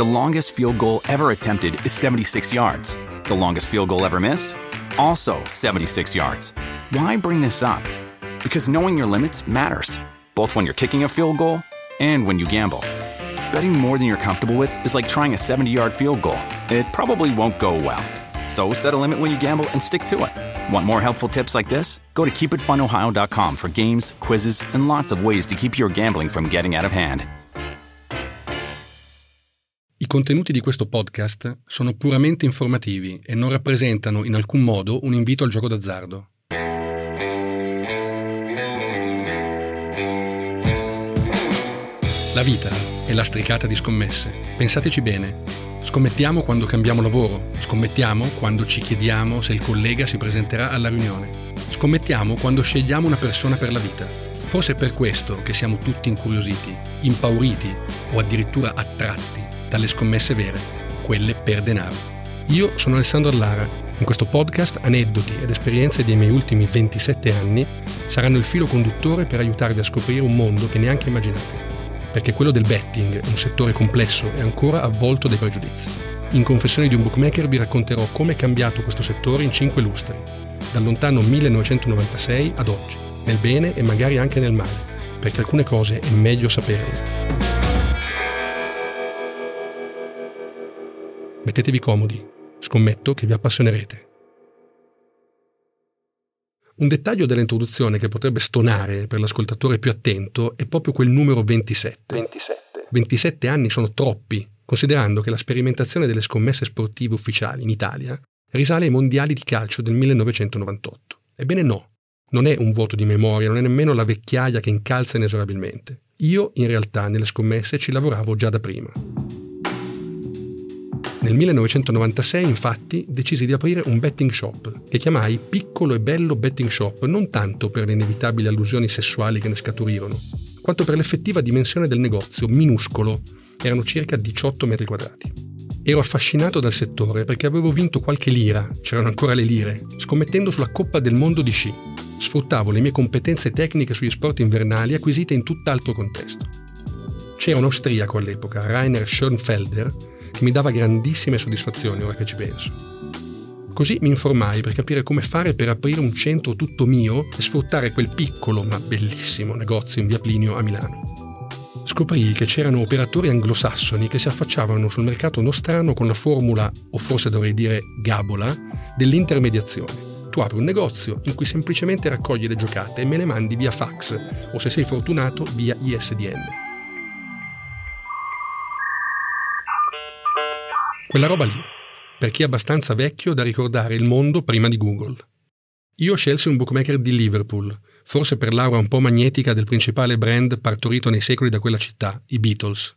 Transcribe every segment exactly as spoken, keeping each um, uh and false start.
The longest field goal ever attempted is seventy-six yards. The longest field goal ever missed? Also seventy-six yards. Why bring this up? Because knowing your limits matters, both when you're kicking a field goal and when you gamble. Betting more than you're comfortable with is like trying a seventy-yard field goal. It probably won't go well. So set a limit when you gamble and stick to it. Want more helpful tips like this? Go to keep it fun ohio dot com for games, quizzes, and lots of ways to keep your gambling from getting out of hand. I contenuti di questo podcast sono puramente informativi e non rappresentano in alcun modo un invito al gioco d'azzardo. La vita è lastricata di scommesse. Pensateci bene. Scommettiamo quando cambiamo lavoro, scommettiamo quando ci chiediamo se il collega si presenterà alla riunione, scommettiamo quando scegliamo una persona per la vita. Forse è per questo che siamo tutti incuriositi, impauriti o addirittura attratti dalle scommesse vere, quelle per denaro. Io sono Alessandro Allara. In questo podcast aneddoti ed esperienze dei miei ultimi ventisette anni saranno il filo conduttore per aiutarvi a scoprire un mondo che neanche immaginate. Perché quello del betting è un settore complesso e ancora avvolto dai pregiudizi. In Confessioni di un bookmaker vi racconterò come è cambiato questo settore in cinque lustri, dal lontano millenovecentonovantasei ad oggi, nel bene e magari anche nel male, perché alcune cose è meglio saperle. Mettetevi comodi, scommetto che vi appassionerete. Un dettaglio dell'introduzione che potrebbe stonare per l'ascoltatore più attento è proprio quel numero ventisette. ventisette. ventisette anni sono troppi, considerando che la sperimentazione delle scommesse sportive ufficiali in Italia risale ai mondiali di calcio del millenovecentonovantotto. Ebbene no, non è un vuoto di memoria, non è nemmeno la vecchiaia che incalza inesorabilmente. Io, in realtà, nelle scommesse ci lavoravo già da prima. Nel millenovecentonovantasei, infatti, decisi di aprire un betting shop che chiamai Piccolo e Bello Betting Shop, non tanto per le inevitabili allusioni sessuali che ne scaturirono, quanto per l'effettiva dimensione del negozio, minuscolo, erano circa diciotto metri quadrati. Ero affascinato dal settore perché avevo vinto qualche lira, c'erano ancora le lire, scommettendo sulla Coppa del Mondo di sci. Sfruttavo le mie competenze tecniche sugli sport invernali acquisite in tutt'altro contesto. C'era un austriaco all'epoca, Rainer Schönfelder, che mi dava grandissime soddisfazioni ora che ci penso. Così mi informai per capire come fare per aprire un centro tutto mio e sfruttare quel piccolo ma bellissimo negozio in via Plinio a Milano. Scoprì che c'erano operatori anglosassoni che si affacciavano sul mercato nostrano con la formula, o forse dovrei dire gabola, dell'intermediazione. Tu apri un negozio in cui semplicemente raccogli le giocate e me le mandi via fax o, se sei fortunato, via I S D N. Quella roba lì, per chi è abbastanza vecchio da ricordare il mondo prima di Google. Io scelsi un bookmaker di Liverpool, forse per l'aura un po' magnetica del principale brand partorito nei secoli da quella città, i Beatles.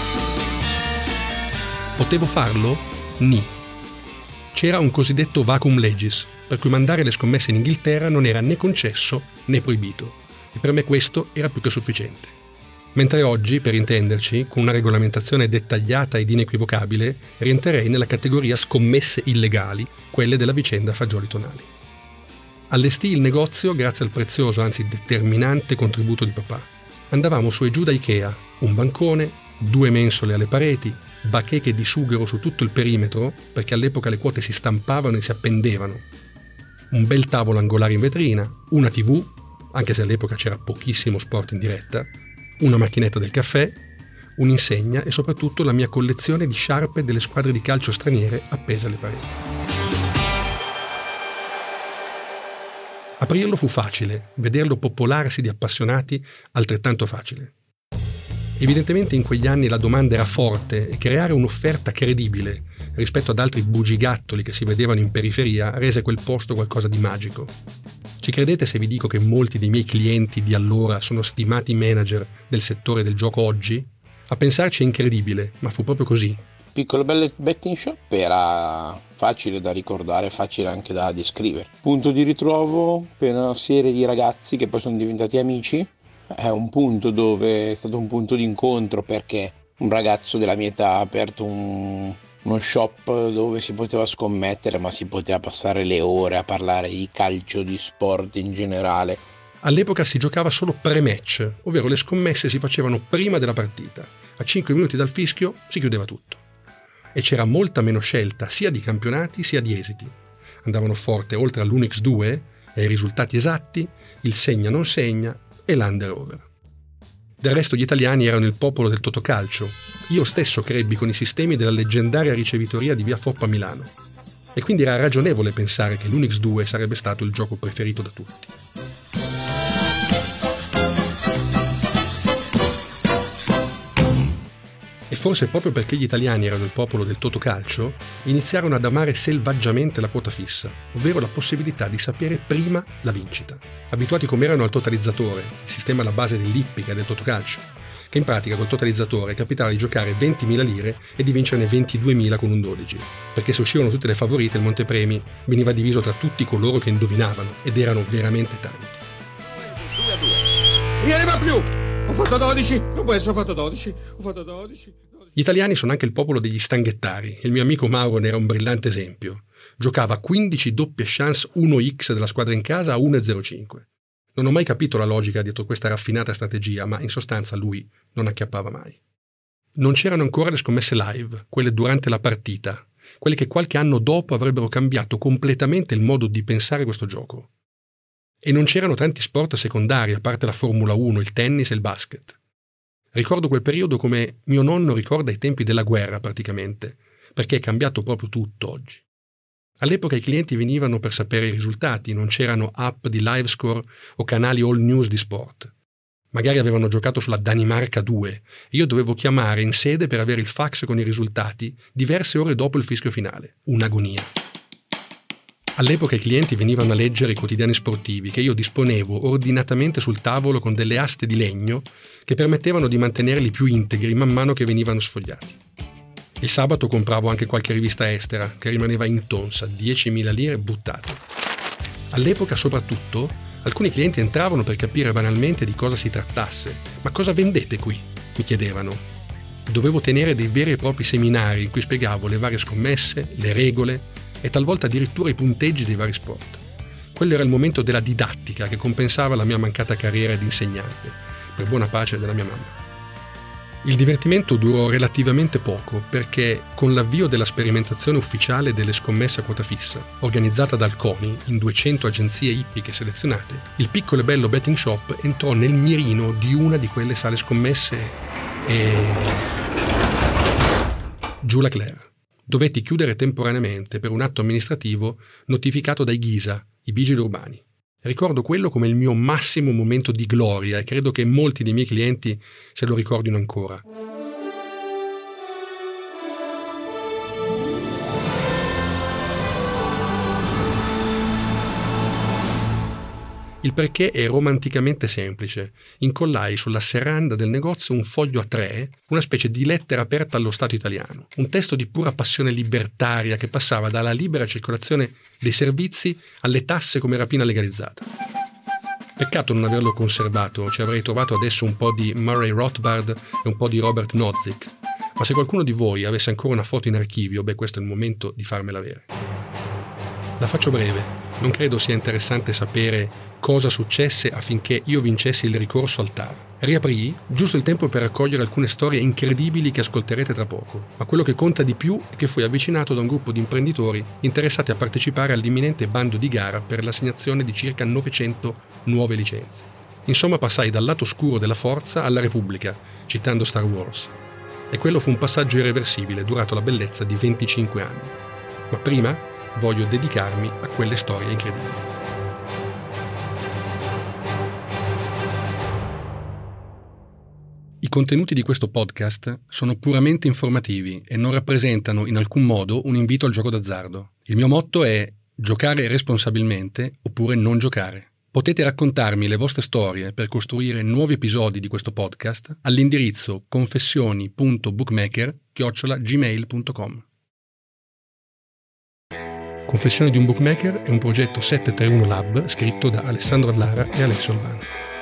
Potevo farlo? Ni. C'era un cosiddetto vacuum legis, per cui mandare le scommesse in Inghilterra non era né concesso né proibito, e per me questo era più che sufficiente. Mentre oggi, per intenderci, con una regolamentazione dettagliata ed inequivocabile, rientrerei nella categoria scommesse illegali, quelle della vicenda fagioli tonali. Allestì il negozio grazie al prezioso, anzi determinante contributo di papà. Andavamo su e giù da Ikea, un bancone, due mensole alle pareti, bacheche di sughero su tutto il perimetro, perché all'epoca le quote si stampavano e si appendevano, un bel tavolo angolare in vetrina, una tivù, anche se all'epoca c'era pochissimo sport in diretta, una macchinetta del caffè, un'insegna e soprattutto la mia collezione di sciarpe delle squadre di calcio straniere appese alle pareti. Aprirlo fu facile, vederlo popolarsi di appassionati altrettanto facile. Evidentemente in quegli anni la domanda era forte e creare un'offerta credibile rispetto ad altri bugigattoli che si vedevano in periferia rese quel posto qualcosa di magico. Ci credete se vi dico che molti dei miei clienti di allora sono stimati manager del settore del gioco oggi? A pensarci è incredibile, ma fu proprio così. Piccolo Bello Betting Shop era facile da ricordare, facile anche da descrivere. Punto di ritrovo per una serie di ragazzi che poi sono diventati amici. È un punto dove è stato un punto di incontro perché un ragazzo della mia età ha aperto un, uno shop dove si poteva scommettere, ma si poteva passare le ore a parlare di calcio, di sport in generale. All'epoca si giocava solo pre-match, ovvero le scommesse si facevano prima della partita. A cinque minuti dal fischio si chiudeva tutto. e c'era molta meno scelta sia di campionati sia di esiti. Andavano forte oltre all'uno per due e ai risultati esatti, il segna non segna e l'under-over. Del resto gli italiani erano il popolo del totocalcio. Io stesso crebbi con i sistemi della leggendaria ricevitoria di Via Foppa a Milano. E quindi era ragionevole pensare che l'uno per due sarebbe stato il gioco preferito da tutti. E forse proprio perché gli italiani erano il popolo del totocalcio, iniziarono ad amare selvaggiamente la quota fissa, ovvero la possibilità di sapere prima la vincita. Abituati come erano al totalizzatore, il sistema alla base dell'ippica del totocalcio, che in pratica col totalizzatore capitava di giocare ventimila lire e di vincerne ventiduemila con un dodici, perché se uscivano tutte le favorite il montepremi veniva diviso tra tutti coloro che indovinavano, ed erano veramente tanti. due a due. Viene va più! Ho fatto dodici, non può essere, ho fatto dodici, ho fatto dodici. Gli italiani sono anche il popolo degli stanghettari, e il mio amico Mauro ne era un brillante esempio. Giocava quindici doppie chance uno x della squadra in casa a uno virgola zero cinque. Non ho mai capito la logica dietro questa raffinata strategia, ma in sostanza lui non acchiappava mai. Non c'erano ancora le scommesse live, quelle durante la partita, quelle che qualche anno dopo avrebbero cambiato completamente il modo di pensare questo gioco. E non c'erano tanti sport secondari, a parte la Formula uno, il tennis e il basket. Ricordo quel periodo come mio nonno ricorda i tempi della guerra praticamente, perché è cambiato proprio tutto oggi. All'epoca i clienti venivano per sapere i risultati, non c'erano app di live score o canali all news di sport. Magari avevano giocato sulla Danimarca due e io dovevo chiamare in sede per avere il fax con i risultati diverse ore dopo il fischio finale. Un'agonia. All'epoca i clienti venivano a leggere i quotidiani sportivi che io disponevo ordinatamente sul tavolo con delle aste di legno che permettevano di mantenerli più integri man mano che venivano sfogliati. Il sabato compravo anche qualche rivista estera che rimaneva intonsa, diecimila lire buttate. All'epoca soprattutto alcuni clienti entravano per capire banalmente di cosa si trattasse. Ma cosa vendete qui? Mi chiedevano. Dovevo tenere dei veri e propri seminari in cui spiegavo le varie scommesse, le regole e talvolta addirittura i punteggi dei vari sport. Quello era il momento della didattica che compensava la mia mancata carriera di insegnante, per buona pace della mia mamma. Il divertimento durò relativamente poco perché con l'avvio della sperimentazione ufficiale delle scommesse a quota fissa, organizzata dal CONI in duecento agenzie ippiche selezionate, il piccolo e bello betting shop entrò nel mirino di una di quelle sale scommesse e... giù la Claire. Dovetti chiudere temporaneamente per un atto amministrativo notificato dai Ghisa, i vigili urbani. Ricordo quello come il mio massimo momento di gloria e credo che molti dei miei clienti se lo ricordino ancora. Il perché è romanticamente semplice. Incollai sulla serranda del negozio un foglio a tre, una specie di lettera aperta allo Stato italiano, un testo di pura passione libertaria che passava dalla libera circolazione dei servizi alle tasse come rapina legalizzata. Peccato non averlo conservato, ci avrei trovato adesso un po' di Murray Rothbard e un po' di Robert Nozick, ma se qualcuno di voi avesse ancora una foto in archivio, beh, questo è il momento di farmela avere. La faccio breve, non credo sia interessante sapere cosa successe affinché io vincessi il ricorso al T A R. Riaprii giusto il tempo per raccogliere alcune storie incredibili che ascolterete tra poco, ma quello che conta di più è che fui avvicinato da un gruppo di imprenditori interessati a partecipare all'imminente bando di gara per l'assegnazione di circa novecento nuove licenze. Insomma, passai dal lato oscuro della forza alla Repubblica, citando Star Wars. E quello fu un passaggio irreversibile, durato la bellezza di venticinque anni. Ma prima voglio dedicarmi a quelle storie incredibili. I contenuti di questo podcast sono puramente informativi e non rappresentano in alcun modo un invito al gioco d'azzardo. Il mio motto è giocare responsabilmente oppure non giocare. Potete raccontarmi le vostre storie per costruire nuovi episodi di questo podcast all'indirizzo confessioni punto bookmaker chiocciola gmail punto com. Confessioni di un bookmaker è un progetto sette tre uno Lab scritto da Alessandro Allara e Alessio Albano.